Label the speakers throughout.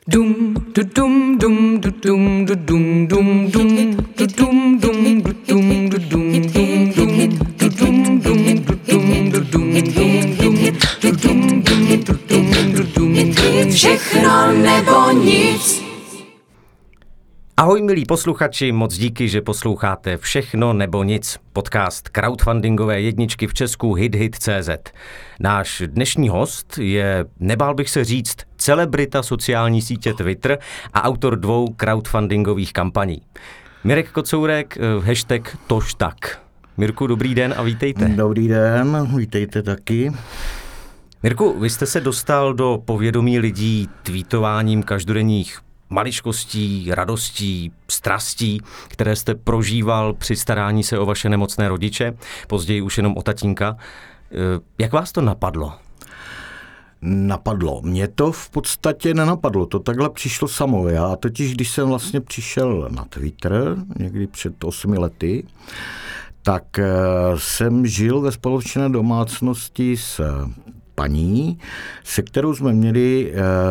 Speaker 1: Dum du dum dum du dum du dum dum dum du dum dum du dum du dum dum dum du dum dum du dum du dum dum dum du dum dum du dum du dum dum. Všechno nebo nic.
Speaker 2: Ahoj milí posluchači, moc díky, že posloucháte Všechno nebo nic, podcast crowdfundingové jedničky v Česku HitCZ. Náš dnešní host je, nebál bych se říct, celebrita sociální sítě Twitter a autor 2 crowdfundingových kampaní. Mirek Kocourek, hashtag tožtak. Mirku, dobrý den a vítejte.
Speaker 3: Dobrý den, vítejte taky.
Speaker 2: Mirku, vy jste se dostal do povědomí lidí tweetováním každodenních maličkostí, radostí, strastí, které jste prožíval při starání se o vaše nemocné rodiče, později už jenom o tatínka. Jak vás to napadlo?
Speaker 3: Napadlo. Mě to v podstatě nenapadlo, to takhle přišlo samo. Já totiž, když jsem vlastně přišel na Twitter, někdy před 8 lety, tak jsem žil ve společné domácnosti s paní, se kterou jsme měli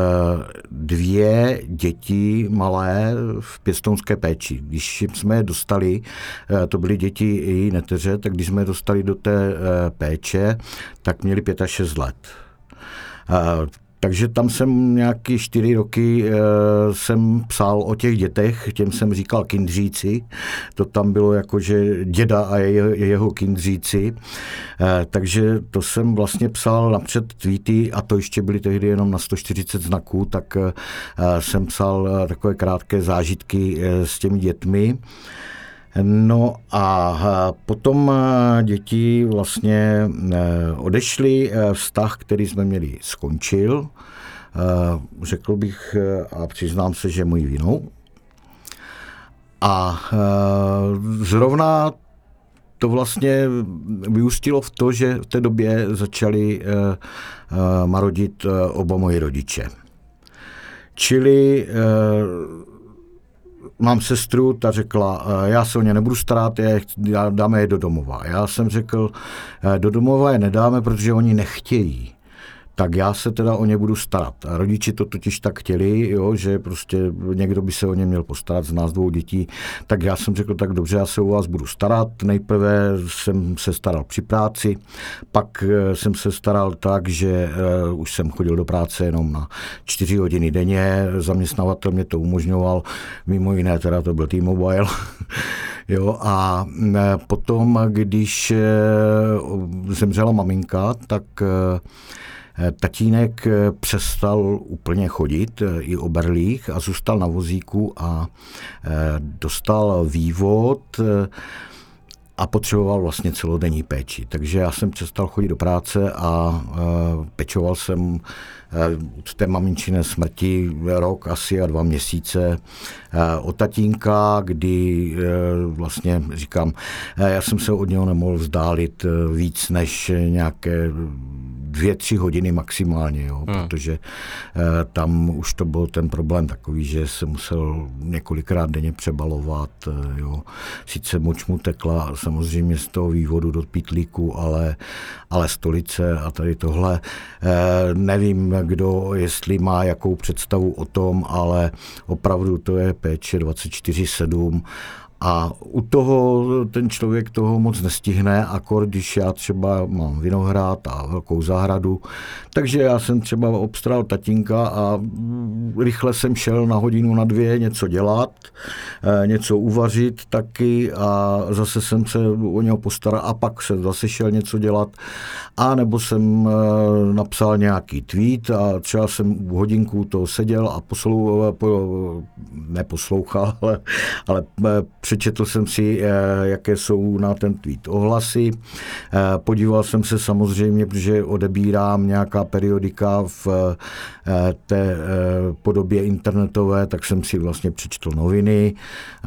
Speaker 3: 2 děti malé v pěstounské péči. Když jsme je dostali, to byly děti její neteře, tak když jsme je dostali do té péče, tak měli 5 a 6 let. Takže tam jsem nějaký 4 roky jsem psal o těch dětech, těm jsem říkal kindříci, to tam bylo jako, že děda a jeho kindříci, takže to jsem vlastně psal napřed tweety a to ještě byly tehdy jenom na 140 znaků, tak jsem psal takové krátké zážitky s těmi dětmi. No a potom děti vlastně odešly, vztah, který jsme měli, skončil. Řekl bych a přiznám se, že mojí vinou. A zrovna to vlastně vyústilo v to, že v té době začali marodit oba moji rodiče. Čili mám sestru, ta řekla, já se o ně nebudu starat, dáme je do domova. Já jsem řekl, do domova je nedáme, protože oni nechtějí. Tak já se teda o ně budu starat. A rodiči to totiž tak chtěli, jo, že prostě někdo by se o ně měl postarat z nás 2 dětí. Tak já jsem řekl, tak dobře, já se o vás budu starat. Nejprve jsem se staral při práci, pak jsem se staral tak, že už jsem chodil do práce jenom na 4 hodiny denně. Zaměstnavatel mě to umožňoval, mimo jiné teda to byl T-Mobile. Jo, a potom, když zemřela maminka, tak tatínek přestal úplně chodit, i o berlích, a zůstal na vozíku a dostal vývod a potřeboval vlastně celodenní péči. Takže já jsem přestal chodit do práce a pečoval jsem od té maminčiné smrti rok asi a 2 měsíce o tatínka, kdy vlastně říkám, já jsem se od něho nemohl vzdálit víc než nějaké 2-3 hodiny maximálně, jo, protože tam už to byl ten problém takový, že se musel několikrát denně přebalovat, jo. Sice moč mu tekla samozřejmě z toho vývodu do pytlíku, ale stolice a tady tohle. Nevím, kdo, jestli má jakou představu o tom, ale opravdu to je péče 24/7. A u toho ten člověk toho moc nestihne, akor když já třeba mám vinohrad a velkou zahradu. Takže já jsem třeba obstaral tatínka a rychle jsem šel na hodinu, na 2 něco dělat, něco uvařit taky a zase jsem se o něho postaral a pak jsem zase šel něco dělat. A nebo jsem napsal nějaký tweet a třeba jsem hodinku to seděl a neposlouchal, ale přečetl jsem si, jaké jsou na ten tweet ohlasy. Podíval jsem se samozřejmě, protože odebírám nějaká periodika v té podobě internetové, tak jsem si vlastně přečetl noviny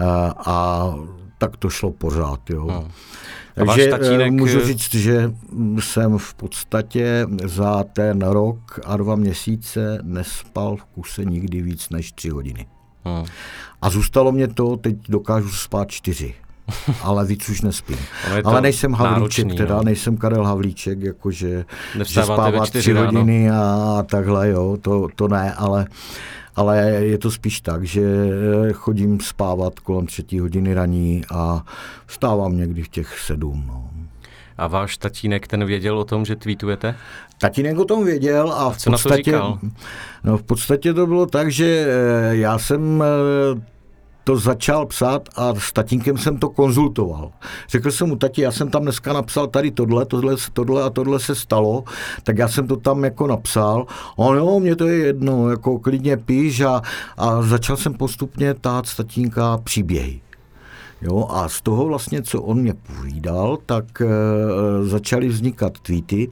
Speaker 3: a tak to šlo pořád. Jo. Takže tatínek můžu říct, že jsem v podstatě za ten rok a 2 měsíce nespal v kuse nikdy víc než 3 hodiny. A zůstalo mě to, teď dokážu spát 4. ale víc už nespím. Ale nejsem Havlíček,
Speaker 2: náročný,
Speaker 3: nejsem Karel Havlíček, jakože že
Speaker 2: spávat
Speaker 3: 3 hodiny a takhle, jo, to ne, ale je to spíš tak, že chodím spávat kolem 3 hodiny raní a vstávám někdy v těch 7. No.
Speaker 2: A váš tatínek, ten věděl o tom, že tweetujete?
Speaker 3: Tatínek o tom věděl a
Speaker 2: co na to říkal?
Speaker 3: V podstatě to bylo tak, že já jsem to začal psát a s tatínkem jsem to konzultoval. Řekl jsem mu, tati, já jsem tam dneska napsal tady tohle a tohle se stalo, tak já jsem to tam jako napsal. Jo, mně to je jedno, jako klidně píš a začal jsem postupně tát z tatínka příběhy. Jo, a z toho vlastně, co on mě povídal, tak začaly vznikat tweety,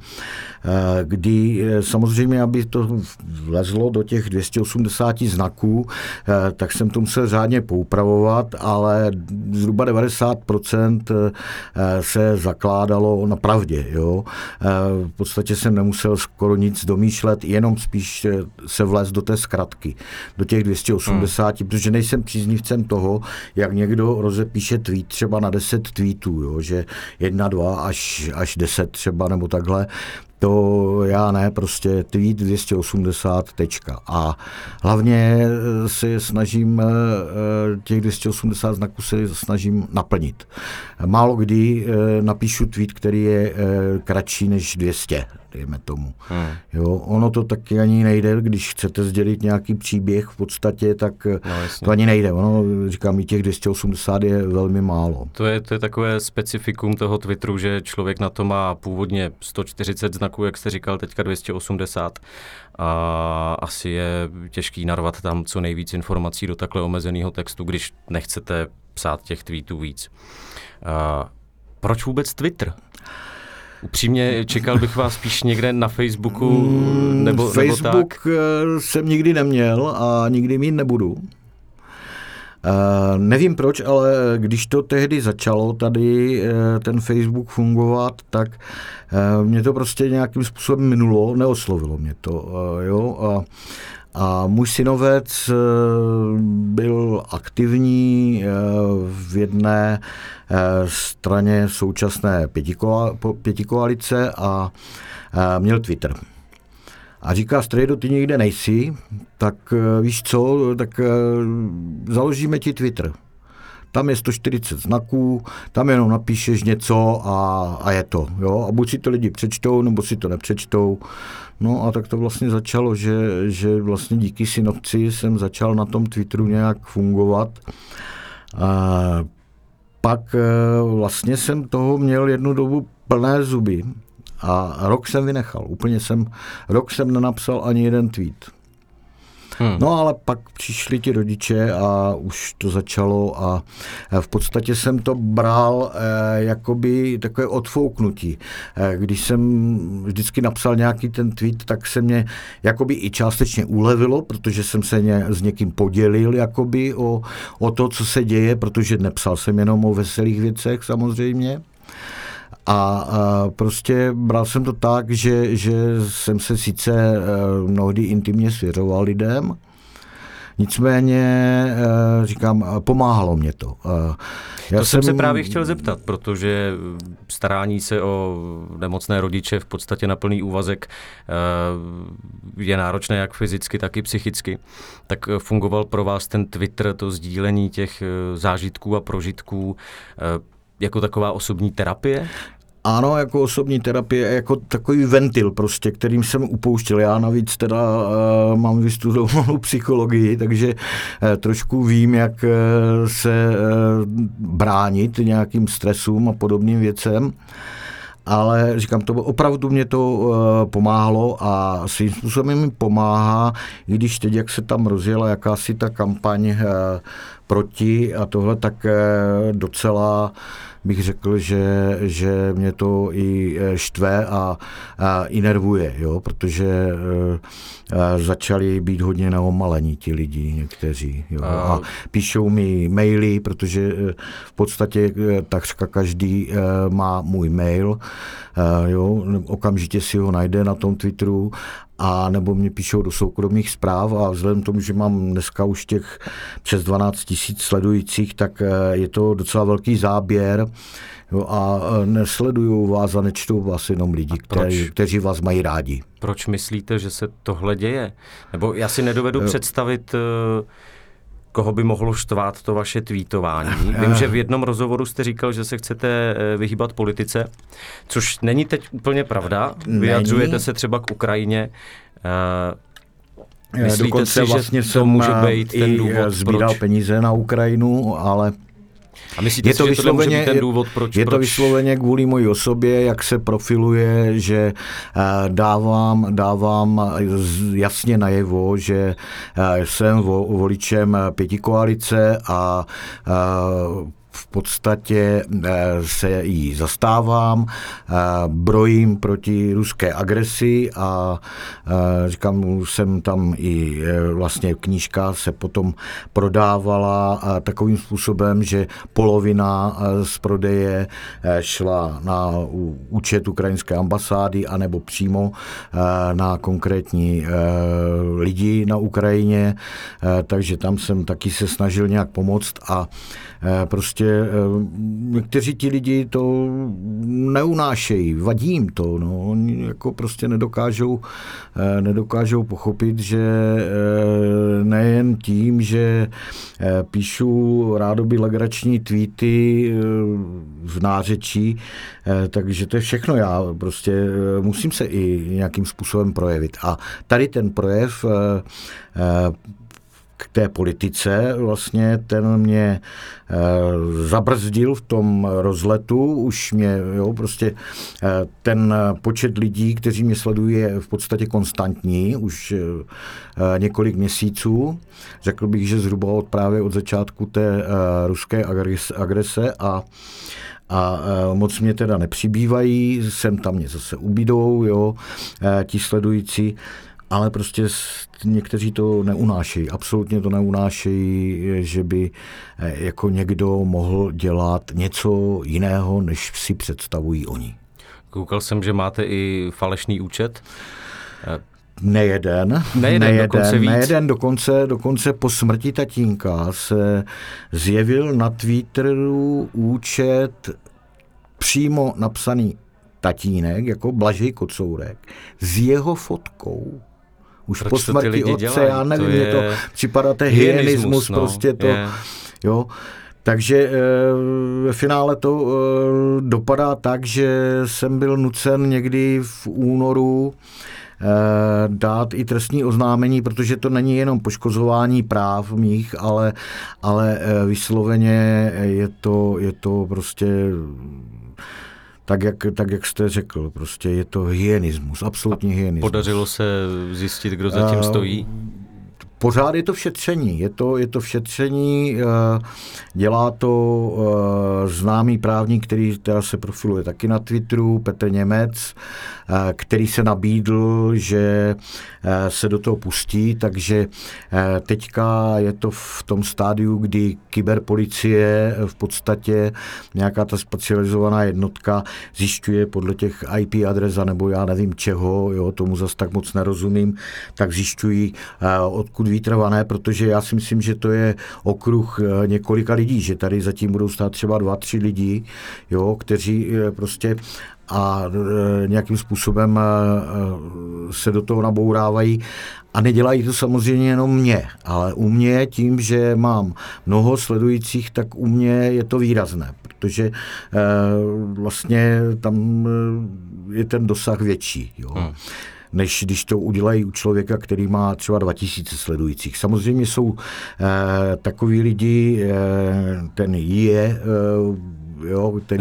Speaker 3: kdy samozřejmě, aby to vlezlo do těch 280 znaků, tak jsem to musel řádně poupravovat, ale zhruba 90% se zakládalo na pravdě. Jo. V podstatě jsem nemusel skoro nic domýšlet, jenom spíš se vlez do té zkratky, do těch 280, protože nejsem příznivcem toho, jak někdo píše tweet třeba na 10 tweetů, jo, že 1, 2 až 10 třeba nebo takhle. To já ne, prostě tweet 280 tečka. A hlavně se snažím, těch 280 znaků se snažím naplnit. Málo kdy napíšu tweet, který je kratší než 200, dejme tomu. Jo, ono to taky ani nejde, když chcete sdělit nějaký příběh v podstatě, tak to ani nejde. Ono, říkám, i těch 280 je velmi málo.
Speaker 2: To je takové specifikum toho Twitteru, že člověk na to má původně 140 znaků, jak jste říkal, teďka 280. A asi je těžký narvat tam co nejvíc informací do takhle omezeného textu, když nechcete psát těch tweetů víc. Proč vůbec Twitter? Upřímně čekal bych vás spíš někde na Facebooku nebo
Speaker 3: Facebook
Speaker 2: tak?
Speaker 3: jsem nikdy neměl a nikdy mít nebudu. Nevím proč, ale když to tehdy začalo tady ten Facebook fungovat, tak mě to prostě nějakým způsobem minulo, neoslovilo mě to. Jo? A můj synovec byl aktivní v jedné straně současné pětikoalice a měl Twitter. A říká, Strejdo, ty nikde nejsi, tak víš co, tak založíme ti Twitter. Tam je 140 znaků, tam jenom napíšeš něco a je to. Jo? A buď si to lidi přečtou, nebo si to nepřečtou. No a tak to vlastně začalo, že vlastně díky synovci jsem začal na tom Twitteru nějak fungovat. Pak vlastně jsem toho měl jednu dobu plné zuby. A rok jsem vynechal. Rok jsem nenapsal ani jeden tweet. No ale pak přišli ti rodiče a už to začalo a v podstatě jsem to bral jakoby takové odfouknutí. Když jsem vždycky napsal nějaký ten tweet, tak se mě jakoby i částečně ulevilo, protože jsem se s někým podělil jakoby o to, co se děje, protože nepsal jsem jenom o veselých věcech samozřejmě. A prostě bral jsem to tak, že jsem se sice mnohdy intimně svěřoval lidem, nicméně, říkám, pomáhalo mě to.
Speaker 2: To jsem se právě chtěl zeptat, protože starání se o nemocné rodiče v podstatě na plný úvazek je náročné jak fyzicky, tak i psychicky. Tak fungoval pro vás ten Twitter, to sdílení těch zážitků a prožitků jako taková osobní terapie?
Speaker 3: Ano, jako osobní terapie, jako takový ventil prostě, kterým jsem upouštěl. Já navíc teda mám vystudovanou psychologii, takže trošku vím, jak se bránit nějakým stresům a podobným věcem. Ale říkám, opravdu mě to pomáhalo a svým způsobem mi pomáhá, i když teď, jak se tam rozjela jakási ta kampaň proti a tohle, tak docela bych řekl, že mě to i štve a i nervuje, jo, protože začali být hodně naomalení ti lidi někteří. Jo, a píšou mi maily, protože v podstatě takřka každý má můj mail, jo, okamžitě si ho najde na tom Twitteru a nebo mě píšou do soukromých zpráv a vzhledem k tomu, že mám dneska už těch přes 12 000 sledujících, tak je to docela velký záběr. Jo, a nesledují vás a nečtou vás jenom lidi, kteří vás mají rádi.
Speaker 2: Proč myslíte, že se tohle děje? Nebo já si nedovedu představit, koho by mohlo štvát to vaše tweetování. Vím, že v jednom rozhovoru jste říkal, že se chcete vyhýbat politice, což není teď úplně pravda. Vyjadřujete se třeba k Ukrajině. Myslíte
Speaker 3: dokonce
Speaker 2: si,
Speaker 3: vlastně
Speaker 2: že to může být ten důvod,
Speaker 3: sbíral
Speaker 2: proč?
Speaker 3: Peníze na Ukrajinu, ale
Speaker 2: a myslíte si, že to může být ten důvod, proč?
Speaker 3: Je to vysloveně kvůli mojí osobě, jak se profiluje, že dávám jasně najevo, že jsem voličem pětikoalice a v podstatě se jí zastávám, brojím proti ruské agresi a říkám, jsem tam i vlastně knížka se potom prodávala takovým způsobem, že polovina z prodeje šla na účet ukrajinské ambasády anebo přímo na konkrétní lidi na Ukrajině, takže tam jsem taky se snažil nějak pomoct a prostě někteří ti lidi to neunášejí, vadí jim to, no, oni jako prostě nedokážou pochopit, že nejen tím, že píšu rádoby legrační tweety v nářečí, takže to je všechno, já prostě musím se i nějakým způsobem projevit. A tady ten projev k té politice vlastně, ten mě zabrzdil v tom rozletu, už mě, jo, prostě ten počet lidí, kteří mě sledují, je v podstatě konstantní, už několik měsíců. Řekl bych, že zhruba právě od začátku té ruské agrese a moc mě teda nepřibývají, sem tam mě zase ubydou, jo, ti sledující, ale prostě někteří to neunášejí, absolutně to neunášejí, že by jako někdo mohl dělat něco jiného, než si představují oni.
Speaker 2: Koukal jsem, že máte i falešný účet.
Speaker 3: Nejeden, dokonce po smrti tatínka se zjevil na Twitteru účet přímo napsaný tatínek, jako Blažej Kocourek, s jeho fotkou. Už
Speaker 2: proč
Speaker 3: po smrti otce, já nevím, mě to připadá, to je hyenismus, no, prostě to, jo. Takže ve finále to dopadá tak, že jsem byl nucen někdy v únoru dát i trestní oznámení, protože to není jenom poškozování práv mých, ale vysloveně je to prostě tak, jak jste řekl, prostě je to hyenismus, absolutní hyenismus.
Speaker 2: Podařilo se zjistit, kdo za tím stojí?
Speaker 3: Pořád je to v šetření, je to v šetření, dělá to známý právník, který teda se profiluje taky na Twitteru, Petr Němec, který se nabídl, že se do toho pustí, takže teďka je to v tom stádiu, kdy kyberpolicie v podstatě nějaká ta specializovaná jednotka zjišťuje podle těch IP adres, nebo já nevím čeho, jo, tomu zas tak moc nerozumím, tak zjišťují, odkud výtrvané, protože já si myslím, že to je okruh několika lidí, že tady zatím budou stát třeba 2-3 lidi, jo, kteří prostě a nějakým způsobem se do toho nabourávají a nedělají to samozřejmě jenom mě, ale u mě tím, že mám mnoho sledujících, tak u mě je to výrazné, protože vlastně tam je ten dosah větší, jo. Než když to udělají u člověka, který má třeba 2000 sledujících. Samozřejmě jsou takoví lidi, ten je, jo, který,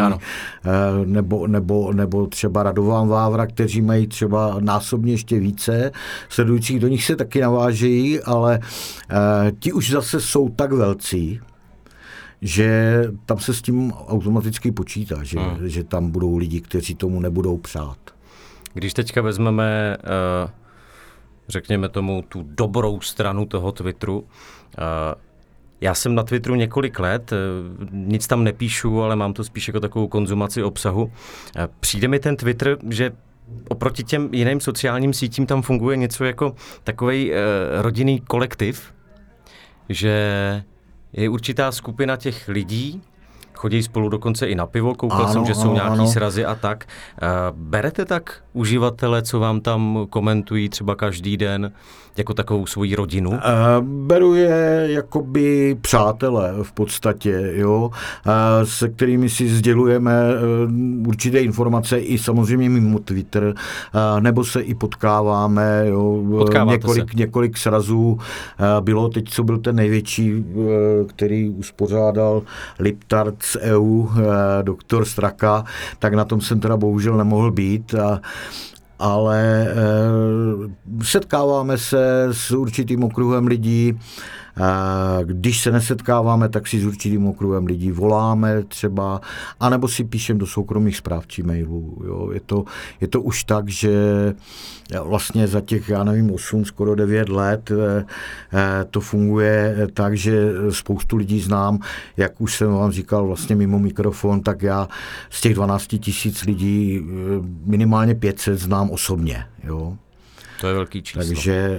Speaker 3: nebo třeba Radován Vávra, kteří mají třeba násobně ještě více sledujících, do nich se taky navážejí, ale ti už zase jsou tak velcí, že tam se s tím automaticky počítá, že tam budou lidi, kteří tomu nebudou přát.
Speaker 2: Když teďka vezmeme, řekněme tomu, tu dobrou stranu toho Twitteru, já jsem na Twitteru několik let, nic tam nepíšu, ale mám to spíš jako takovou konzumaci obsahu. Přijde mi ten Twitter, že oproti těm jiným sociálním sítím tam funguje něco jako takovej rodinný kolektiv, že je určitá skupina těch lidí, chodí spolu dokonce i na pivo, koukal jsem, že jsou nějaký srazy a tak. Berete tak uživatele, co vám tam komentují třeba každý den, jako takovou svoji rodinu?
Speaker 3: Beru je jakoby přátelé v podstatě, jo, se kterými si sdělujeme určité informace i samozřejmě mimo Twitter, nebo se i potkáváme, jo, několik srazů bylo teď, co byl ten největší, který uspořádal Liptard z EU, doktor Straka, tak na tom jsem teda bohužel nemohl být, ale setkáváme se s určitým okruhem lidí. Když se nesetkáváme, tak si s určitým okruhem lidí voláme třeba, anebo si píšeme do soukromých zpráv či mailů. Jo. Je to už tak, že vlastně za těch, 8, skoro 9 let to funguje tak, že spoustu lidí znám, jak už jsem vám říkal vlastně mimo mikrofon, tak já z těch 12 000 lidí minimálně 500 znám osobně. Jo.
Speaker 2: To je velký číslo.
Speaker 3: Takže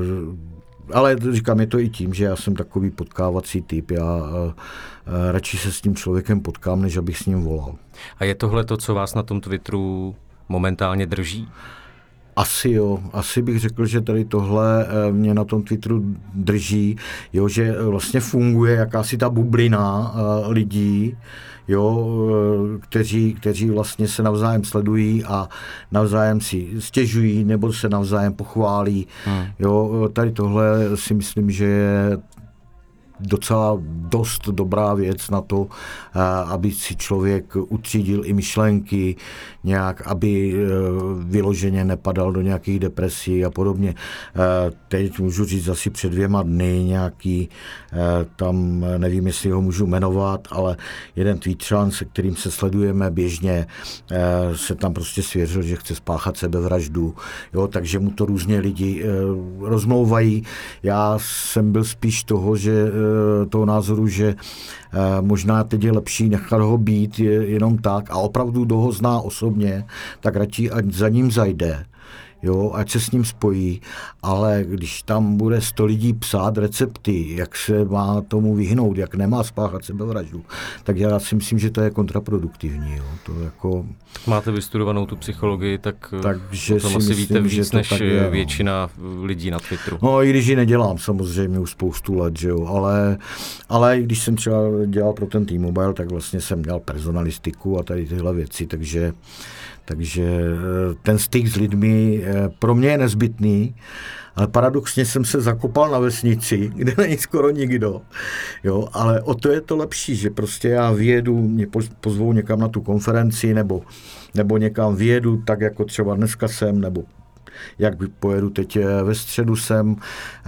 Speaker 3: ale říkám, je to i tím, že já jsem takový potkávací typ. Já radši se s tím člověkem potkám, než abych s ním volal.
Speaker 2: A je tohle to, co vás na tom Twitteru momentálně drží?
Speaker 3: Asi jo. Asi bych řekl, že tady tohle mě na tom Twitteru drží, jo, že vlastně funguje jakási ta bublina lidí, jo, kteří vlastně se navzájem sledují a navzájem si stěžují nebo se navzájem pochválí. Jo, tady tohle si myslím, že je docela dost dobrá věc na to, aby si člověk utřídil i myšlenky nějak, aby vyloženě nepadal do nějakých depresí a podobně. Teď můžu říct asi před 2 dny nějaký, tam nevím, jestli ho můžu jmenovat, ale jeden tweetřan, se kterým se sledujeme běžně, se tam prostě svěřil, že chce spáchat sebevraždu, jo, takže mu to různě lidi rozmlouvají. Já jsem byl spíš toho názoru, že možná teď je lepší nechat ho být jenom tak a opravdu kdo ho zná osobně, tak radši ať za ním zajde. Jo, ať se s ním spojí, ale když tam bude 100 lidí psát recepty, jak se má tomu vyhnout, jak nemá spáchat sebevraždu, tak já si myslím, že to je kontraproduktivní. Jo. To jako...
Speaker 2: Máte vystudovanou tu psychologii, takže o tom asi víte víc než většina lidí na Twitteru.
Speaker 3: No, i když ji nedělám samozřejmě už spoustu let, že jo, ale když jsem třeba dělal pro ten T-Mobile, tak vlastně jsem dělal personalistiku a tady tyhle věci, takže ten styk s lidmi pro mě je nezbytný, ale paradoxně jsem se zakopal na vesnici, kde není skoro nikdo. Jo, ale o to je to lepší, že prostě já vyjedu, mě pozvou někam na tu konferenci, nebo někam vyjedu, tak jako třeba dneska jsem, nebo jak pojedu teď ve středu sem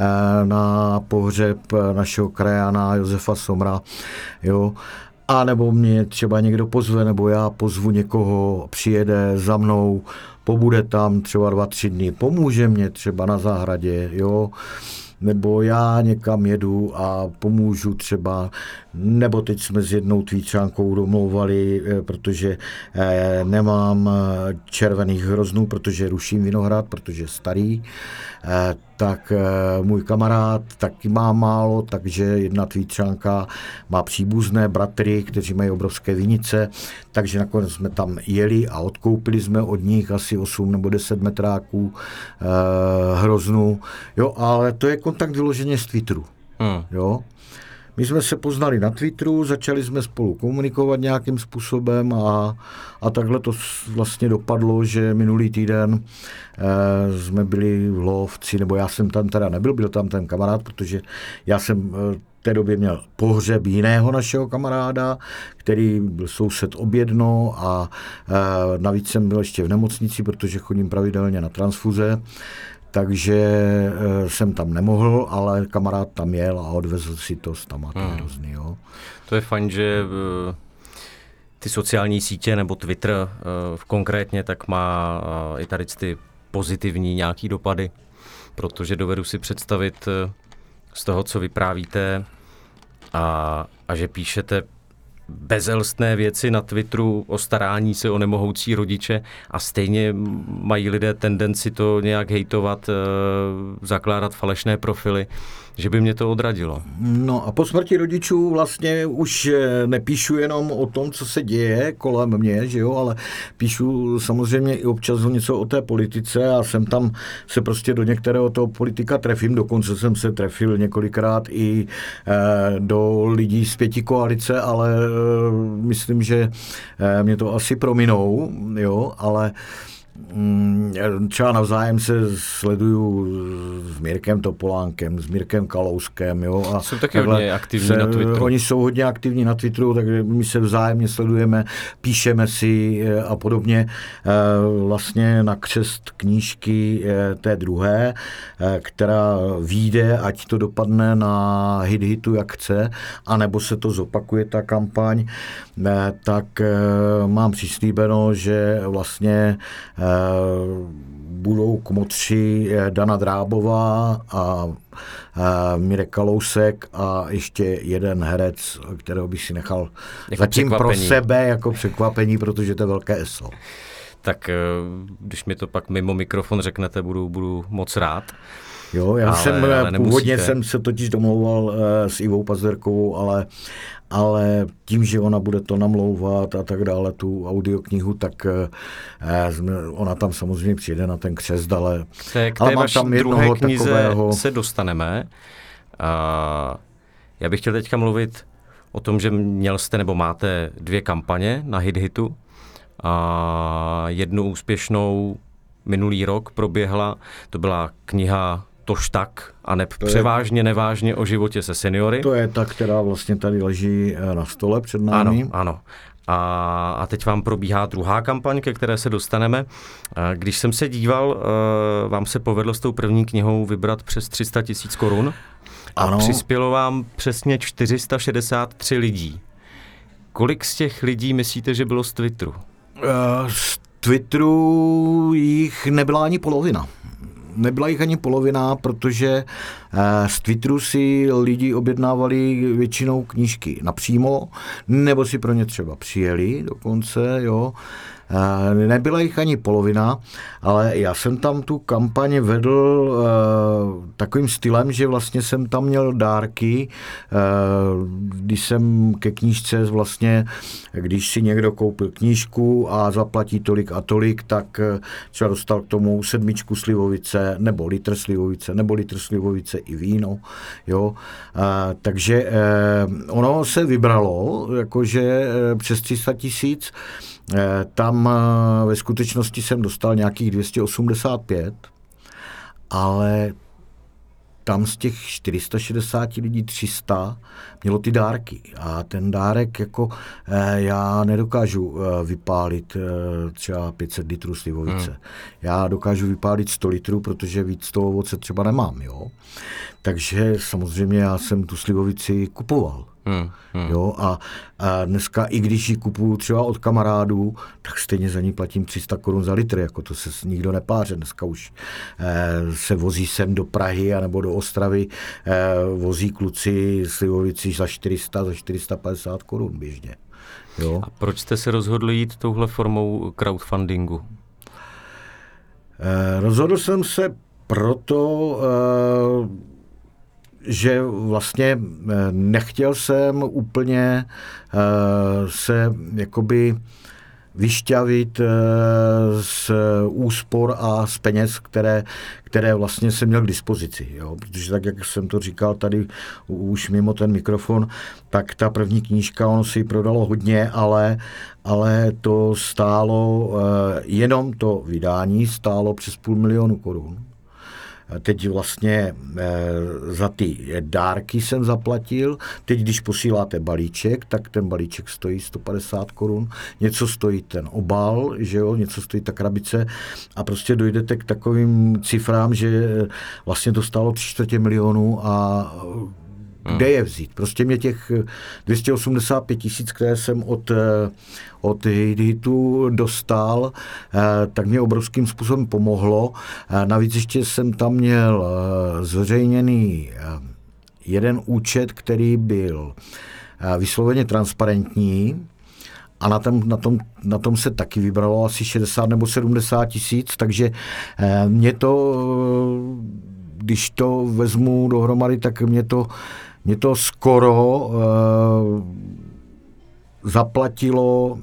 Speaker 3: na pohřeb našeho krajana Josefa Somra, jo. A nebo mě třeba někdo pozve, nebo já pozvu někoho, přijede za mnou, pobude tam třeba 2-3 dny, pomůže mě třeba na zahradě, jo, nebo já někam jedu a pomůžu třeba, nebo teď jsme s jednou tweetřánkou domlouvali, protože nemám červených hroznů, protože ruším vinohrad, protože je starý, tak můj kamarád taky má málo, takže jedna tweetřánka má příbuzné bratry, kteří mají obrovské vinice, takže nakonec jsme tam jeli a odkoupili jsme od nich asi 8 nebo 10 metráků hroznů, jo, ale to je kontakt vyloženě z Twitteru, jo. My jsme se poznali na Twitteru, začali jsme spolu komunikovat nějakým způsobem a takhle to vlastně dopadlo, že minulý týden jsme byli v Lovci, nebo já jsem tam teda nebyl, byl tam ten kamarád, protože já jsem v té době měl pohřeb jiného našeho kamaráda, který byl soused objedno a navíc jsem byl ještě v nemocnici, protože chodím pravidelně na transfuze. Takže jsem tam nemohl, ale kamarád tam jel a odvezl si to z tam hrozný, jo.
Speaker 2: To je fajn, že ty sociální sítě nebo Twitter konkrétně tak má i tady ty pozitivní nějaký dopady, protože dovedu si představit z toho, co vyprávíte a že píšete bezelstné věci na Twitteru o starání se o nemohoucí rodiče a stejně mají lidé tendenci to nějak hejtovat, zakládat falešné profily, že by mě to odradilo.
Speaker 3: No a po smrti rodičů vlastně už nepíšu jenom o tom, co se děje kolem mě, že jo, ale píšu samozřejmě i občas něco o té politice a jsem tam se prostě do některého toho politika trefím, dokonce jsem se trefil několikrát i do lidí z pětikoalice, ale myslím, že mě to asi prominou, jo, ale třeba navzájem se sleduju s Mirkem Topolánkem, s Mirkem Kalouskem. Jo, a
Speaker 2: jsou taky hodně aktivní na Twitteru.
Speaker 3: Oni jsou hodně aktivní na Twitteru, takže my se vzájemně sledujeme, píšeme si a podobně. Vlastně na křest knížky té druhé, která vyjde, ať to dopadne na hitu, jak chce, anebo se to zopakuje, ta kampaň, tak mám přislíbeno, že vlastně budou kmotři Dana Drábová a Mirek Kalousek a ještě jeden herec, kterého bych si nechal
Speaker 2: jako
Speaker 3: zatím pro sebe jako překvapení, protože to je velké ESO.
Speaker 2: Tak když mi to pak mimo mikrofon řeknete, budu moc rád.
Speaker 3: Jo, původně jsem se totiž domlouval s Ivou Pazderkovou, ale tím, že ona bude to namlouvat a tak dále, tu audioknihu, tak ona tam samozřejmě přijde na ten křest, ale
Speaker 2: k té vaší druhé knize takového se dostaneme. Já bych chtěl teďka mluvit o tom, že měl jste nebo máte 2 kampaně na hitu. Jednu úspěšnou minulý rok proběhla, to byla kniha Tož tak, a převážně nevážně o životě se seniory.
Speaker 3: To je ta, která vlastně tady leží na stole před námi.
Speaker 2: Ano. A teď vám probíhá druhá kampaň, ke které se dostaneme. Když jsem se díval, vám se povedlo s tou první knihou vybrat přes 300 000 korun a přispělo vám přesně 463 lidí. Kolik z těch lidí myslíte, že bylo z Twitteru?
Speaker 3: Z Twitteru jich nebyla ani polovina. Nebyla jich ani polovina, protože z Twitteru si lidi objednávali většinou knížky napřímo, nebo si pro ně třeba přijeli dokonce, jo. Nebyla jich ani polovina, ale já jsem tam tu kampaň vedl takovým stylem, že vlastně jsem tam měl dárky, když jsem ke knížce vlastně, když si někdo koupil knížku a zaplatí tolik a tolik, tak třeba dostal k tomu 7 slivovice, nebo litr slivovice i víno, jo. Takže ono se vybralo, jakože přes 300 000. Tam ve skutečnosti jsem dostal nějakých 285, ale tam z těch 460 lidí 300 mělo ty dárky. A ten dárek, jako já nedokážu vypálit třeba 500 litrů slivovice. Já dokážu vypálit 100 litrů, protože víc toho ovoce třeba nemám. Jo? Takže samozřejmě já jsem tu slivovici kupoval. Jo, a dneska, i když ji kupuju třeba od kamarádů, tak stejně za ní platím 300 korun za litr, jako to se nikdo nepáře. Dneska už se vozí sem do Prahy anebo do Ostravy, vozí kluci slivovici za 400, za 450 korun běžně. Jo.
Speaker 2: A proč jste se rozhodli jít touhle formou crowdfundingu?
Speaker 3: Rozhodl jsem se proto, že vlastně nechtěl jsem úplně se jakoby vyšťavit z úspor a z peněz, které vlastně jsem měl k dispozici. Jo? Protože tak, jak jsem to říkal tady už mimo ten mikrofon, tak ta první knížka, ono si ji prodalo hodně, ale to stálo, jenom to vydání stálo přes 500 000 korun. Teď vlastně za ty dárky jsem zaplatil. Teď, když posíláte balíček, tak ten balíček stojí 150 korun. Něco stojí ten obal, že jo, něco stojí ta krabice a prostě dojdete k takovým cifrám, že vlastně to stálo 3/4 milionu a kde je vzít? Prostě mě těch 285 000, které jsem od hitu dostal, tak mě obrovským způsobem pomohlo. Navíc ještě jsem tam měl zveřejněný jeden účet, který byl vysloveně transparentní a na tom se taky vybralo asi 60 nebo 70 tisíc, takže mě to, když to vezmu dohromady, tak mě to skoro zaplatilo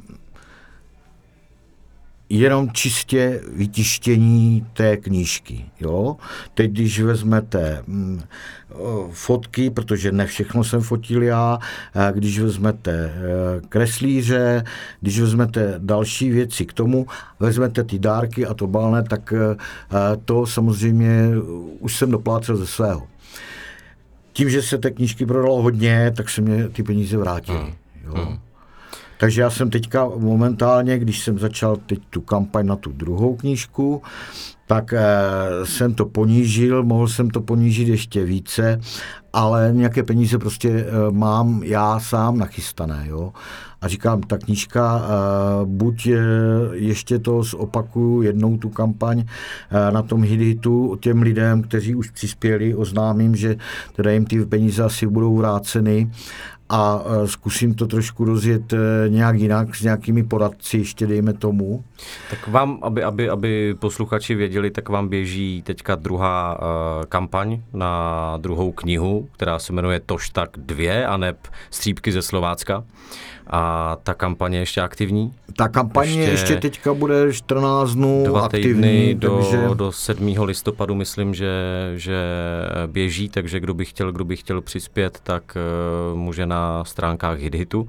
Speaker 3: jenom čistě vytištění té knížky. Jo? Teď, když vezmete fotky, protože ne všechno jsem fotil já, když vezmete kreslíře, když vezmete další věci k tomu, vezmete ty dárky a to balné, tak to samozřejmě už jsem doplácel ze svého. Tím, že se té knížky prodalo hodně, tak se mě ty peníze vrátily. Jo? Takže já jsem teďka momentálně, když jsem začal teď tu kampaň na tu druhou knížku, tak jsem to ponížil, mohl jsem to ponížit ještě více, ale nějaké peníze prostě mám já sám nachystané. Jo? A říkám, ta knížka, buď ještě to zopakuju jednou tu kampaň na tom HitHitu těm lidem, kteří už přispěli, oznámím, že teda jim ty peníze asi budou vráceny, a zkusím to trošku rozjet nějak jinak s nějakými poradci, ještě dejme tomu.
Speaker 2: Tak vám, aby posluchači věděli, tak vám běží teďka druhá kampaň na druhou knihu, která se jmenuje Tož tak 2, aneb Střípky ze Slovácka. A ta kampaň je ještě aktivní?
Speaker 3: Ta kampaň ještě teďka bude 14 dnů
Speaker 2: 2
Speaker 3: aktivní.
Speaker 2: Do 7. listopadu myslím, že běží, takže kdo by chtěl přispět, tak může na stránkách HitHitu.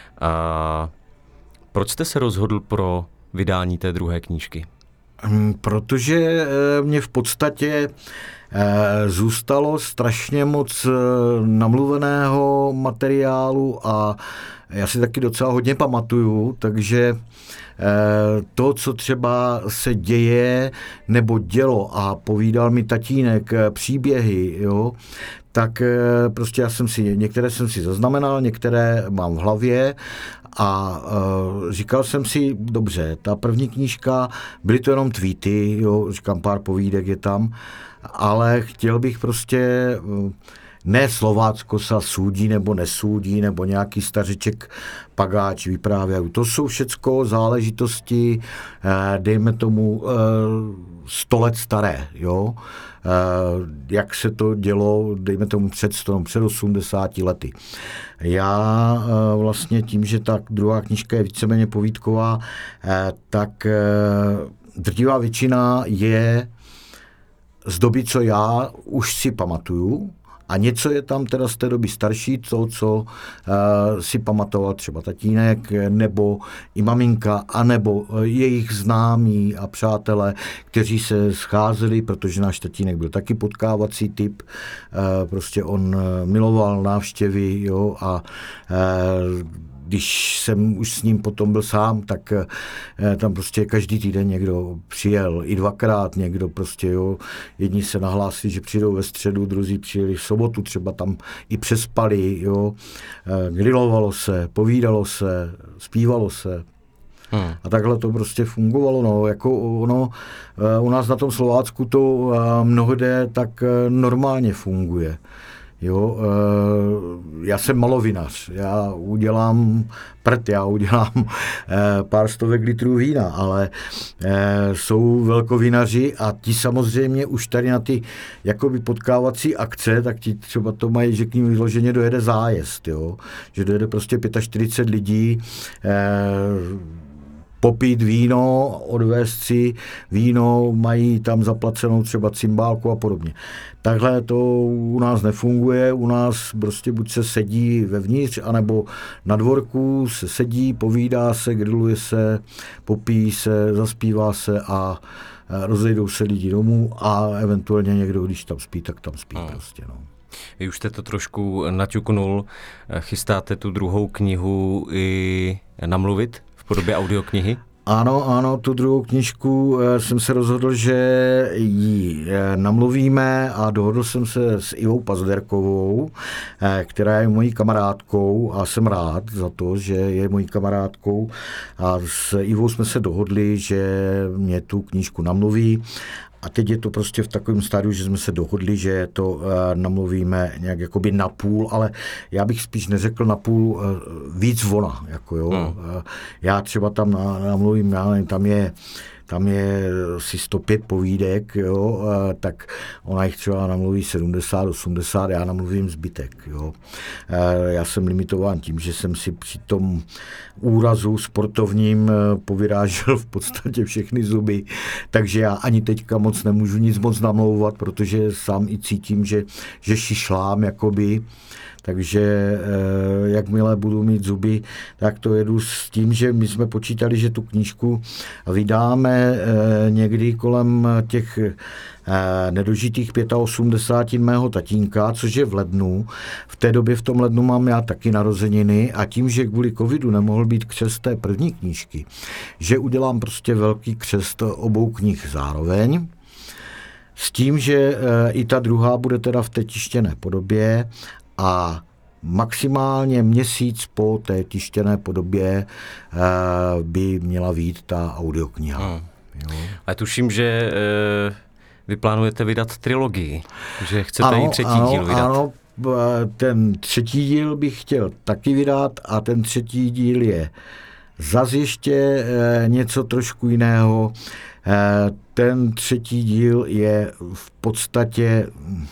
Speaker 2: Proč jste se rozhodl pro vydání té druhé knížky?
Speaker 3: Protože mě v podstatě zůstalo strašně moc namluveného materiálu a já si taky docela hodně pamatuju, takže to, co třeba se děje nebo dělo a povídal mi tatínek příběhy, jo, tak prostě některé jsem si zaznamenal, některé mám v hlavě a říkal jsem si, dobře, ta první knížka, byly to jenom tweety, jo, říkám, pár povídek je tam, ale chtěl bych prostě ne Slovácko sa súdí nebo nesúdí, nebo nějaký stařeček pagáč vyprávějí. To jsou všecko záležitosti, dejme tomu 100 let staré, jo. Jak se to dělo, dejme tomu před 80 lety. Já vlastně tím, že ta druhá knížka je víceméně povídková, tak drtivá většina je z doby, co já už si pamatuju, a něco je tam teda z té doby starší, co si pamatoval třeba tatínek, nebo i maminka, anebo jejich známí a přátelé, kteří se scházeli, protože náš tatínek byl taky potkávací typ, prostě on miloval návštěvy, jo, a když jsem už s ním potom byl sám, tak tam prostě každý týden někdo přijel, i 2krát někdo prostě, jo. Jedni se nahlásili, že přijdou ve středu, druzí přijeli v sobotu, třeba tam i přespali, jo. Grilovalo se, povídalo se, zpívalo se. A takhle to prostě fungovalo, no, jako ono, u nás na tom Slovácku to mnohde tak normálně funguje. Jo, já jsem malovinař, já udělám pár stovek litrů vína, ale jsou velkovinaři a ti samozřejmě už tady na ty jakoby potkávací akce, tak ti třeba to mají, že k ním vyloženě dojede zájezd, jo, že dojede prostě 45 lidí, popít víno, odvést si víno, mají tam zaplacenou třeba cymbálku a podobně. Takhle to u nás nefunguje, u nás prostě buď se sedí vevnitř, anebo na dvorku se sedí, povídá se, grilluje se, popíjí se, zaspívá se a rozejdou se lidi domů a eventuálně někdo, když tam spí, tak tam spí prostě, no.
Speaker 2: Vy už jste to trošku naťuknul, chystáte tu druhou knihu i namluvit v podobě audioknihy?
Speaker 3: Ano, tu druhou knížku jsem se rozhodl, že ji namluvíme a dohodl jsem se s Ivou Pazderkovou, která je mojí kamarádkou a jsem rád za to, že je mojí kamarádkou a s Ivou jsme se dohodli, že mě tu knížku namluví A teď je to prostě v takovém stádiu, že jsme se dohodli, že to namluvíme nějak jakoby na půl, ale já bych spíš neřekl na půl, víc ona. Jako jo. Já třeba tam namluvím, já nevím, tam je asi 105 povídek, jo, tak ona jich třeba namluví 70, 80, já namluvím zbytek. Jo. Já jsem limitován tím, že jsem si při tom úrazu sportovním povyrážel v podstatě všechny zuby, takže já ani teďka nemůžu nic moc namlouvat, protože sám i cítím, že šišlám, jakoby. Takže jakmile budu mít zuby, tak to jedu s tím, že my jsme počítali, že tu knížku vydáme někdy kolem těch nedožitých 85 mého tatínka, což je v lednu. V té době v tom lednu mám já taky narozeniny a tím, že kvůli covidu nemohl být křest té první knížky, že udělám prostě velký křest obou knih zároveň. S tím, že i ta druhá bude teda v té tištěné podobě a maximálně měsíc po té tištěné podobě by měla vyjít ta audiokniha. Jo.
Speaker 2: Ale tuším, že vy plánujete vydat trilogii, že chcete i třetí díl vydat.
Speaker 3: Ano, ten třetí díl bych chtěl taky vydat a ten třetí díl je zas ještě něco trošku jiného. Ten třetí díl je v podstatě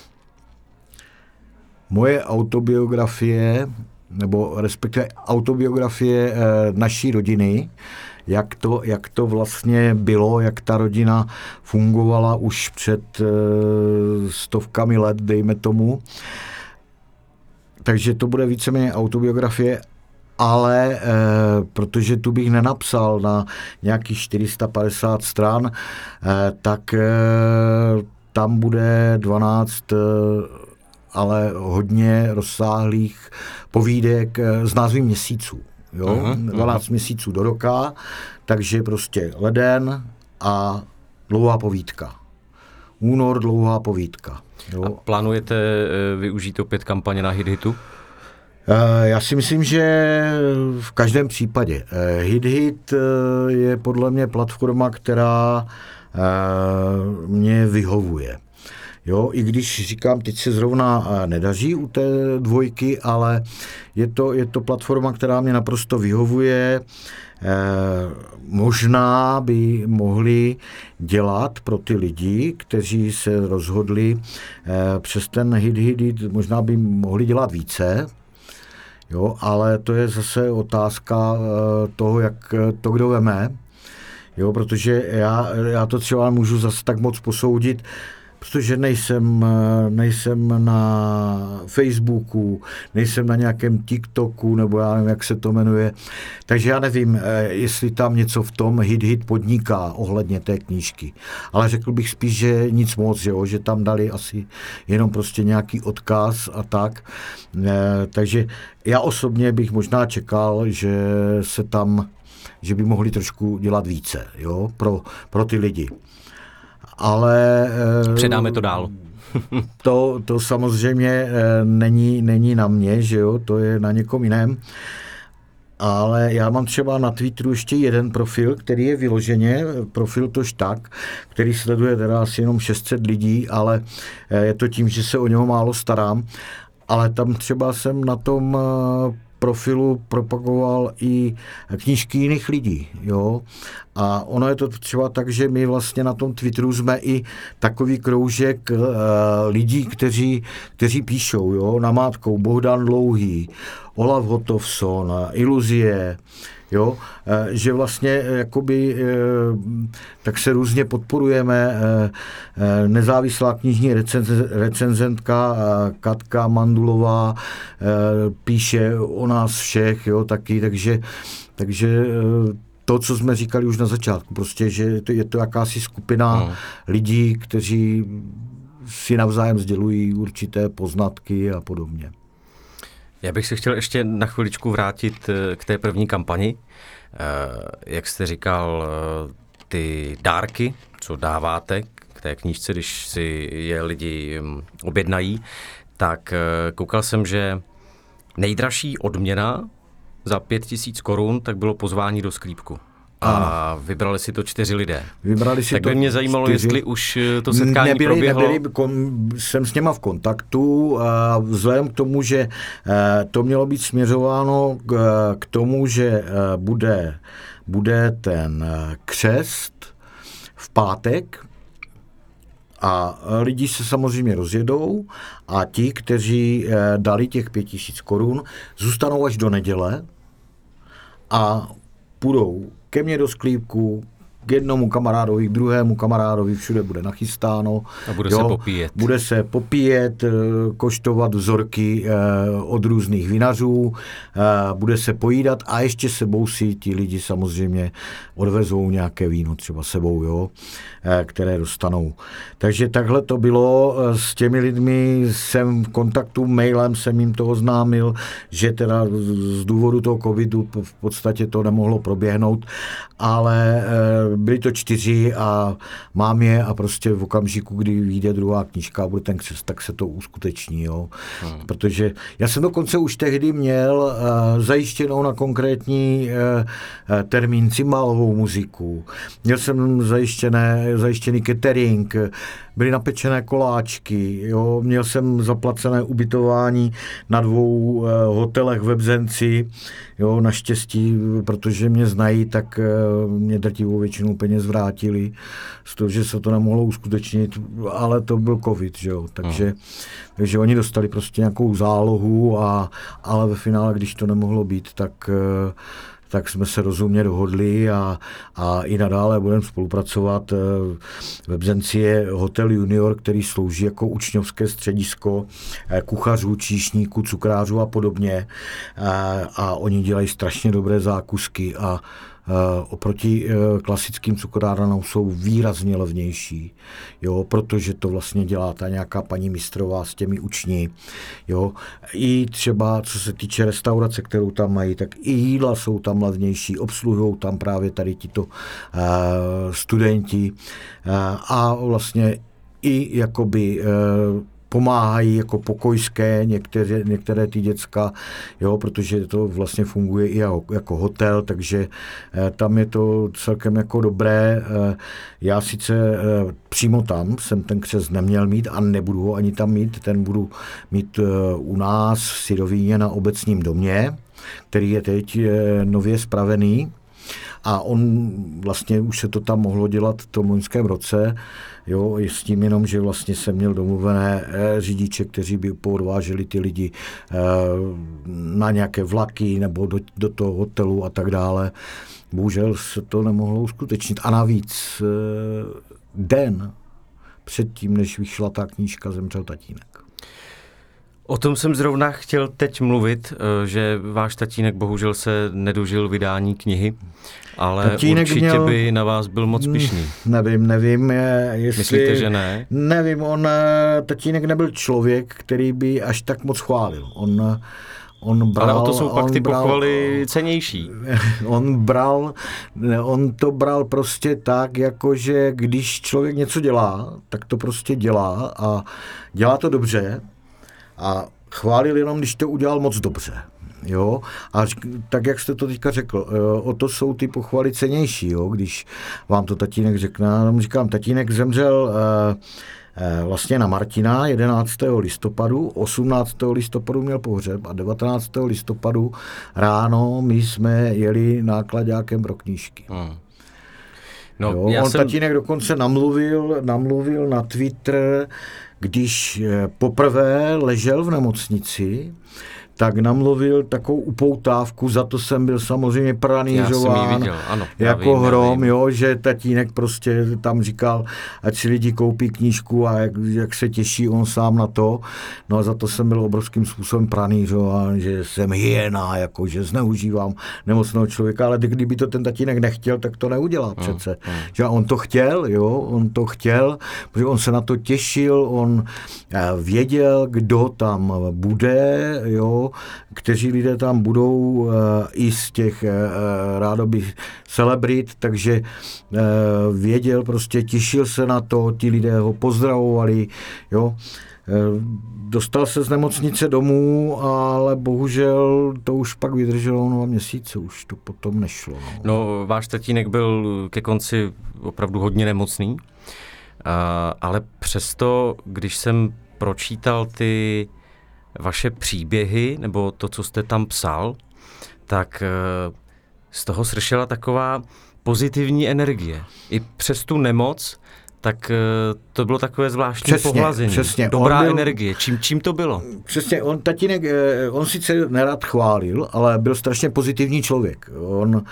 Speaker 3: moje autobiografie, nebo respektive autobiografie naší rodiny, jak to vlastně bylo, jak ta rodina fungovala už před stovkami let, dejme tomu. Takže to bude víceméně autobiografie, ale protože tu bych nenapsal na nějakých 450 stran, tak tam bude 12 ale hodně rozsáhlých povídek s názvy měsíců. Jo? 12 měsíců do roka, takže prostě leden a dlouhá povídka. Únor, dlouhá povídka. Jo?
Speaker 2: A plánujete využít opět kampaně na HitHitu?
Speaker 3: Já si myslím, že v každém případě. HitHit je podle mě platforma, která mě vyhovuje. Jo, i když říkám, teď se zrovna nedaří u té dvojky, ale je to platforma, která mě naprosto vyhovuje. Možná by mohli dělat pro ty lidi, kteří se rozhodli přes ten HitHit, možná by mohli dělat více, jo, ale to je zase otázka toho, jak to kdo veme, jo, protože já to třeba můžu zase tak moc posoudit, protože nejsem na Facebooku, nejsem na nějakém TikToku, nebo já nevím, jak se to jmenuje. Takže já nevím, jestli tam něco v tom HitHit podniká ohledně té knížky. Ale řekl bych spíš, že nic moc, že tam dali asi jenom prostě nějaký odkaz a tak. Takže já osobně bych možná čekal, že by mohli trošku dělat více, jo, pro ty lidi. Ale
Speaker 2: předáme to dál.
Speaker 3: To samozřejmě není na mě, že jo, to je na někom jiném. Ale já mám třeba na Twitteru ještě jeden profil, který je vyloženě, profil Tož tak, který sleduje teda asi jenom 600 lidí, ale je to tím, že se o něho málo starám. Ale tam třeba jsem na tom profilu propagoval i knížky jiných lidí, jo. A ono je to třeba tak, že my vlastně na tom Twitteru jsme i takový kroužek lidí, kteří píšou, jo, namátkou Bohdan Dlouhý, Olaf Hotovson, Iluzie, jo, že vlastně jakoby tak se různě podporujeme. Nezávislá knižní recenzentka Katka Mandulová píše o nás všech, jo, taky, takže to, co jsme říkali už na začátku, prostě, že je to jakási skupina lidí, kteří si navzájem sdělují určité poznatky a podobně.
Speaker 2: Já bych se chtěl ještě na chviličku vrátit k té první kampani. Jak jste říkal, ty dárky, co dáváte k té knížce, když si je lidi objednají, tak koukal jsem, že nejdražší odměna za 5 000 korun tak bylo pozvání do sklípku. A vybrali si to 4 lidé.
Speaker 3: Vybrali si
Speaker 2: tak
Speaker 3: to
Speaker 2: by mě zajímalo,
Speaker 3: 4.
Speaker 2: jestli už to setkání proběhlo.
Speaker 3: Jsem s něma v kontaktu a vzhledem k tomu, že to mělo být směřováno k tomu, že bude ten křest v pátek a lidi se samozřejmě rozjedou a ti, kteří dali těch 5 000 korun, zůstanou až do neděle a půjdou ke mně do sklípku, k jednomu kamarádovi, k druhému kamarádovi, všude bude nachystáno.
Speaker 2: A bude se popíjet.
Speaker 3: Bude se popíjet, koštovat vzorky od různých vinařů, bude se pojídat a ještě sebou si ti lidi samozřejmě odvezou nějaké víno třeba sebou, jo, které dostanou. Takže takhle to bylo. S těmi lidmi jsem v kontaktu, mailem jsem jim to oznámil, že teda z důvodu toho covidu v podstatě to nemohlo proběhnout, ale byli to 4 a mám je a prostě v okamžiku, kdy vyjde druhá knížka a bude ten křest, tak se to uskuteční. Jo. Protože já jsem dokonce už tehdy měl zajištěnou na konkrétní termín cymbálovou muziku. Měl jsem zajištěný catering, byly napečené koláčky, jo. Měl jsem zaplacené ubytování na 2 hotelech ve Bzenci, jo, naštěstí, protože mě znají, tak mě drtivou většinu peněz vrátili, z toho, že se to nemohlo uskutečnit, ale to byl covid, že jo, takže oni dostali prostě nějakou zálohu, ale ve finále, když to nemohlo být, tak jsme se rozumně dohodli a i nadále budeme spolupracovat. Ve Bzenci je hotel Junior, který slouží jako učňovské středisko kuchařů, číšníků, cukrářů a podobně. A oni dělají strašně dobré zákusky a oproti klasickým cukrárnám jsou výrazně levnější, jo, protože to vlastně dělá ta nějaká paní mistrová s těmi učni. Jo. I třeba, co se týče restaurace, kterou tam mají, tak i jídla jsou tam levnější, obsluhují tam právě tady tito studenti a vlastně i jakoby pomáhají jako pokojské některé ty děcka, jo, protože to vlastně funguje i jako hotel, takže tam je to celkem jako dobré. Já sice přímo tam jsem ten křest neměl mít a nebudu ho ani tam mít, ten budu mít u nás v Syrovíně na Obecním domě, který je teď nově spravený. A on vlastně už se to tam mohlo dělat v tom loňském roce, jo, s tím jenom, že vlastně jsem měl domluvené řidiče, kteří by poodváželi ty lidi na nějaké vlaky nebo do toho hotelu a tak dále. Bohužel se to nemohlo uskutečnit. A navíc den předtím, než vyšla ta knížka, zemřel tatínek.
Speaker 2: O tom jsem zrovna chtěl teď mluvit, že váš tatínek bohužel se nedožil vydání knihy, ale tatínek určitě by na vás byl moc pyšný.
Speaker 3: Nevím, jestli...
Speaker 2: Myslíte, že ne?
Speaker 3: Nevím, tatínek nebyl člověk, který by až tak moc chválil. On bral,
Speaker 2: ale o to jsou pak ty pochvaly cennější.
Speaker 3: On to bral prostě tak, jakože když člověk něco dělá, tak to prostě dělá a dělá to dobře. A chválil jenom, když to udělal moc dobře. Jo? A tak, jak jste to teďka řekl, o to jsou ty pochvaly cennější, jo? Když vám to tatínek řekne. Já říkám, tatínek zemřel vlastně na Martina 11. listopadu, 18. listopadu měl pohřeb a 19. listopadu ráno my jsme jeli náklaďákem pro knížky.
Speaker 2: No,
Speaker 3: jo? Tatínek dokonce namluvil na Twitter, když poprvé ležel v nemocnici, tak namluvil takovou upoutávku, za to jsem byl samozřejmě pranířován jako hrom, jo, že tatínek prostě tam říkal, ať si lidi koupí knížku a jak se těší on sám na to. No a za to jsem byl obrovským způsobem pranířován, že jsem hyena, jako že zneužívám nemocného člověka, ale kdyby to ten tatínek nechtěl, tak to neudělá přece. Že on to chtěl, protože on se na to těšil, on věděl, kdo tam bude, jo, kteří lidé tam budou i z těch rádoby celebrit, takže věděl, prostě těšil se na to, ti lidé ho pozdravovali, jo. Dostal se z nemocnice domů, ale bohužel to už pak vydrželo 2 měsíce, už to potom nešlo.
Speaker 2: No, váš tatínek byl ke konci opravdu hodně nemocný, ale přesto, když jsem pročítal ty vaše příběhy, nebo to, co jste tam psal, tak z toho sršela taková pozitivní energie. I přes tu nemoc, tak to bylo takové zvláštní pohlazení.
Speaker 3: Přesně.
Speaker 2: Dobrá energie. Čím to bylo?
Speaker 3: Přesně, tatínek, on sice nerad chválil, ale byl strašně pozitivní člověk. On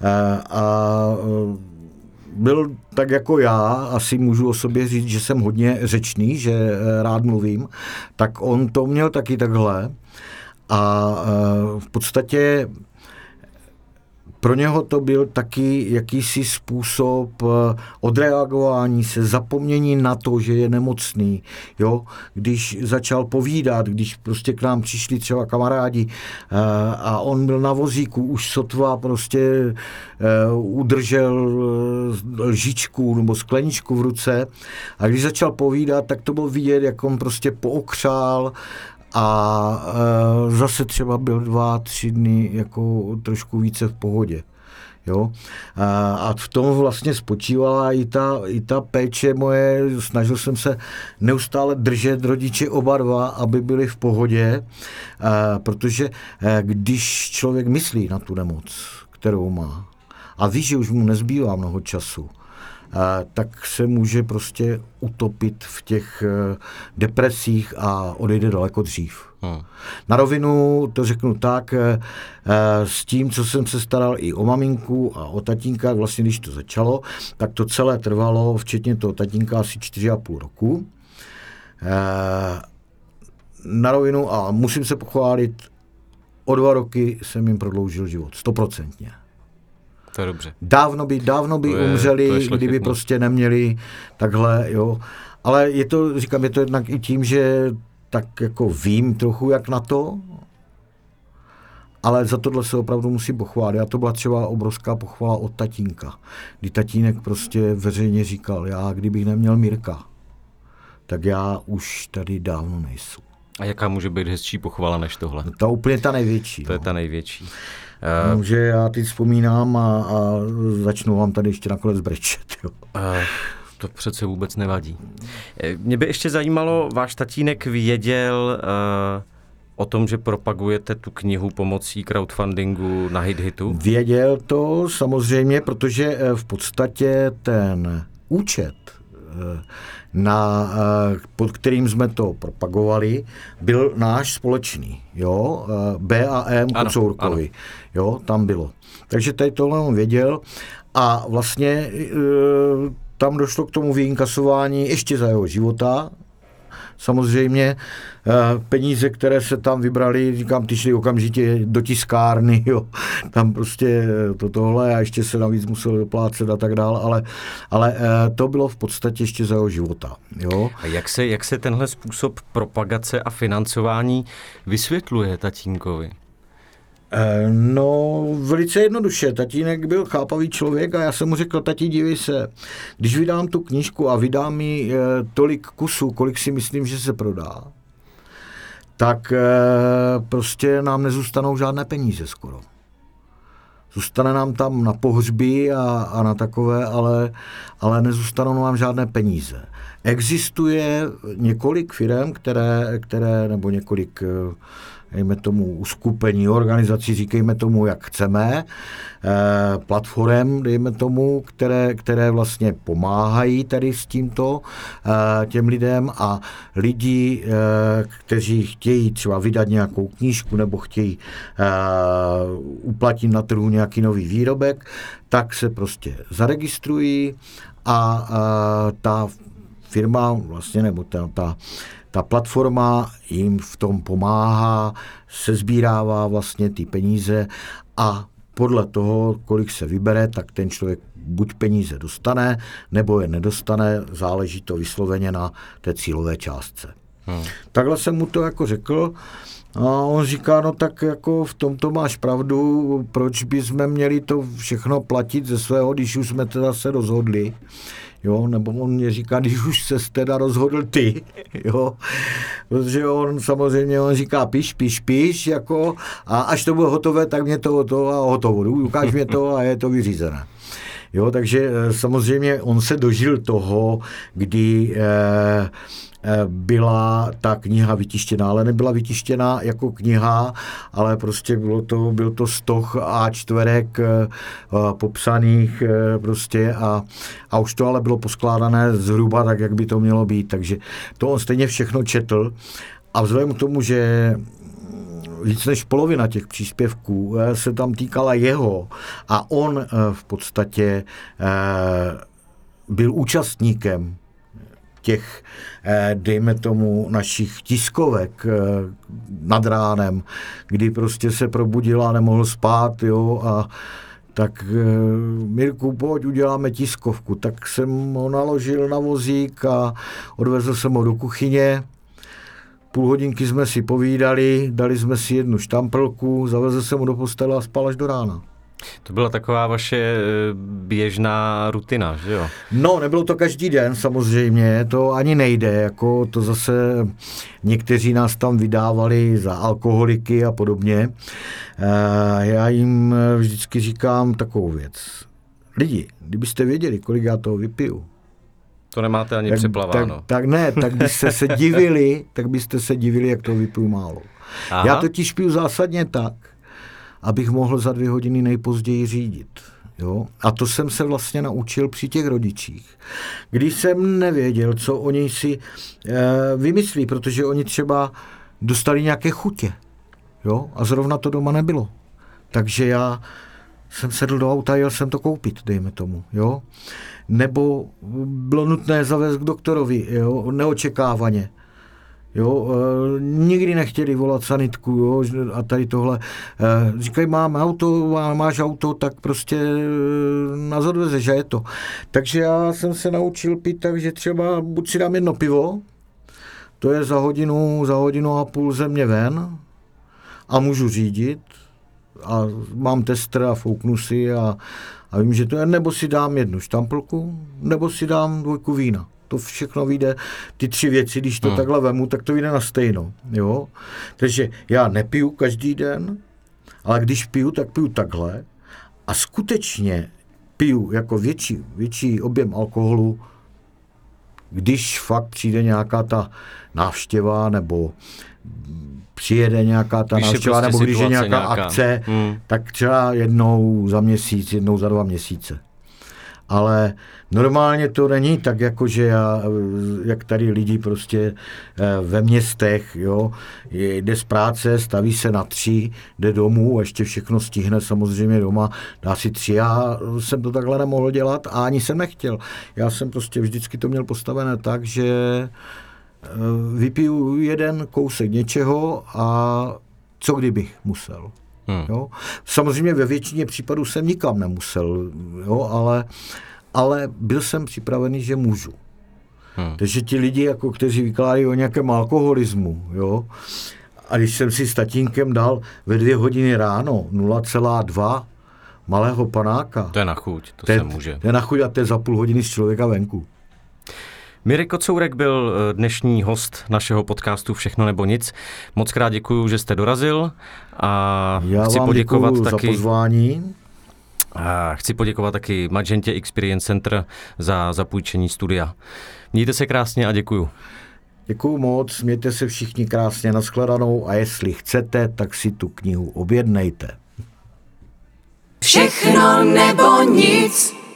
Speaker 3: byl tak jako já, asi můžu o sobě říct, že jsem hodně řečný, že rád mluvím, tak on to měl taky takhle. A v podstatě pro něho to byl taky jakýsi způsob odreagování se, zapomnění na to, že je nemocný. Jo? Když začal povídat, když prostě k nám přišli třeba kamarádi a on byl na vozíku, už sotva prostě udržel lžičku nebo skleničku v ruce a když začal povídat, tak to bylo vidět, jak on prostě pookřál a zase třeba byl 2-3 dny jako trošku více v pohodě. Jo? A v tom vlastně spočívala i ta péče moje. Snažil jsem se neustále držet rodiče oba dva, aby byli v pohodě, protože když člověk myslí na tu nemoc, kterou má, a ví, že už mu nezbývá mnoho času, tak se může prostě utopit v těch depresích a odejde daleko dřív. Na rovinu to řeknu tak, s tím, co jsem se staral i o maminku a o tatínka, vlastně když to začalo, tak to celé trvalo, včetně toho tatínka, asi 4,5 roku. Na rovinu, a musím se pochválit, o 2 roky jsem jim prodloužil život, 100%.
Speaker 2: To je dobře.
Speaker 3: Dávno by umřeli, kdyby prostě neměli takhle, jo. Ale je to jednak i tím, že tak jako vím trochu jak na to, ale za tohle se opravdu musím pochválit. A to byla třeba obrovská pochvala od tatínka. Kdy tatínek prostě veřejně říkal, já kdybych neměl Mirka, tak já už tady dávno nejsou.
Speaker 2: A jaká může být hezčí pochvala než tohle?
Speaker 3: Ta úplně ta největší.
Speaker 2: To je ta největší.
Speaker 3: Že já teď vzpomínám a začnu vám tady ještě nakonec brečet. Jo.
Speaker 2: To přece vůbec nevadí. Mě by ještě zajímalo, váš tatínek věděl o tom, že propagujete tu knihu pomocí crowdfundingu na HitHitu?
Speaker 3: Věděl to samozřejmě, protože v podstatě ten účet, pod kterým jsme to propagovali, byl náš společný, jo, BAM Kocourkovi, jo, tam bylo. Takže tady tohle on věděl a vlastně tam došlo k tomu vyinkasování ještě za jeho života. Samozřejmě peníze, které se tam vybrali, říkám, ty šli okamžitě do tiskárny, jo. Tam prostě tohle a ještě se navíc muselo doplácet a tak dále, ale to bylo v podstatě ještě za jeho života. Jo.
Speaker 2: A jak se tenhle způsob propagace a financování vysvětluje tatínkovi?
Speaker 3: No, velice jednoduše. Tatínek byl chápavý člověk a já jsem mu řekl, tati, dívej se, když vydám tu knížku a vydám mi tolik kusů, kolik si myslím, že se prodá, tak prostě nám nezůstanou žádné peníze skoro. Zůstane nám tam na pohřby a na takové, ale nezůstanou nám žádné peníze. Existuje několik firem, které nebo několik dejme tomu uskupení, organizací, říkejme tomu, jak chceme, platform, dejme tomu, které vlastně pomáhají tady s tímto těm lidem a lidi, kteří chtějí třeba vydat nějakou knížku nebo chtějí uplatit na trhu nějaký nový výrobek, tak se prostě zaregistrují a ta firma vlastně, nebo ta platforma jim v tom pomáhá, sesbírává vlastně ty peníze a podle toho, kolik se vybere, tak ten člověk buď peníze dostane, nebo je nedostane, záleží to vysloveně na té cílové částce. Takhle jsem mu to jako řekl A on říká, no tak jako v tomto máš pravdu, proč bychom měli to všechno platit ze svého, když už jsme teda se rozhodli. Jo, nebo on mě říká, když už ses teda rozhodl ty, jo, protože on samozřejmě, on říká píš, jako, a až to bude hotové, tak mě to hotovo, ukáž mě to a je to vyřízené. Jo, takže samozřejmě on se dožil toho, kdy byla ta kniha vytištěná, ale nebyla vytištěná jako kniha, ale prostě byl to stoch A4 popsaných prostě a už to ale bylo poskládané zhruba tak, jak by to mělo být, takže to on stejně všechno četl a vzhledem k tomu, že víc než polovina těch příspěvků se tam týkala jeho a on v podstatě byl účastníkem těch, dejme tomu, našich tiskovek nad ránem, kdy prostě se probudil a nemohl spát, jo, a tak Mirku, pojď, uděláme tiskovku. Tak jsem ho naložil na vozík a odvezl jsem ho do kuchyně. Půl hodinky jsme si povídali, dali jsme si jednu štamprlku, zavezl jsem ho do postele a spal až do rána.
Speaker 2: To byla taková vaše běžná rutina, že jo?
Speaker 3: No, nebylo to každý den samozřejmě, to ani nejde, jako to zase někteří nás tam vydávali za alkoholiky a podobně. Já jim vždycky říkám takovou věc. Lidi, kdybyste věděli, kolik já toho vypiju,
Speaker 2: to nemáte ani připlaváno.
Speaker 3: Tak byste se divili, jak to vypiju málo. Aha. Já totiž piju zásadně tak, abych mohl za 2 hodiny nejpozději řídit. Jo? A to jsem se vlastně naučil při těch rodičích. Když jsem nevěděl, co oni si vymyslí, protože oni třeba dostali nějaké chutě. Jo? A zrovna to doma nebylo. Takže já jsem sedl do auta a jel jsem to koupit, dejme tomu. Jo? Nebo bylo nutné zavést k doktorovi, jo? Neočekávaně. Jo, nikdy nechtěli volat sanitku, jo, a tady tohle. Říkají, máme auto, máš auto, tak prostě nás odvezeš a je to. Takže já jsem se naučil pít tak, že třeba buď si dám jedno pivo, to je za hodinu a půl ze mě ven a můžu řídit a mám tester a fouknu si a vím, že to je, nebo si dám jednu štamplku, nebo si dám 2 vína. To všechno vyjde, ty 3 věci, když to takhle vemu, tak to vyjde na stejno. Jo? Takže já nepiju každý den, ale když piju, tak piju takhle a skutečně piju jako větší objem alkoholu, když fakt přijde nějaká ta návštěva, nebo přijede nějaká ta návštěva, nebo když je nějaká akce, tak třeba jednou za měsíc, jednou za 2 měsíce. Ale normálně to není tak, jako že jak tady lidi prostě ve městech, jo, jde z práce, staví se na 3, jde domů a ještě všechno stihne samozřejmě doma, dá si 3. Já jsem to takhle nemohl dělat a ani jsem nechtěl. Já jsem prostě vždycky to měl postavené tak, že vypiju jeden kousek něčeho a co kdybych musel. Jo? Samozřejmě ve většině případů jsem nikam nemusel, jo? Ale byl jsem připravený, že můžu. Takže ti lidi, jako, kteří vykládají o nějakém alkoholismu, jo? A když jsem si s tatínkem dal ve 2 hodiny ráno 0,2 malého panáka.
Speaker 2: To je na chuť, to se může.
Speaker 3: To je na chuť a to je za půl hodiny z člověka venku.
Speaker 2: Mirek Kocourek byl dnešní host našeho podcastu Všechno nebo nic. Moc krát děkuju, že jste dorazil a
Speaker 3: já
Speaker 2: chci
Speaker 3: vám
Speaker 2: poděkovat
Speaker 3: taky za pozvání.
Speaker 2: A chci poděkovat taky Magentě Experience Center za zapůjčení studia. Mějte se krásně a děkuju.
Speaker 3: Děkuju moc, mějte se všichni krásně, nashledanou a jestli chcete, tak si tu knihu objednejte.
Speaker 1: Všechno nebo nic.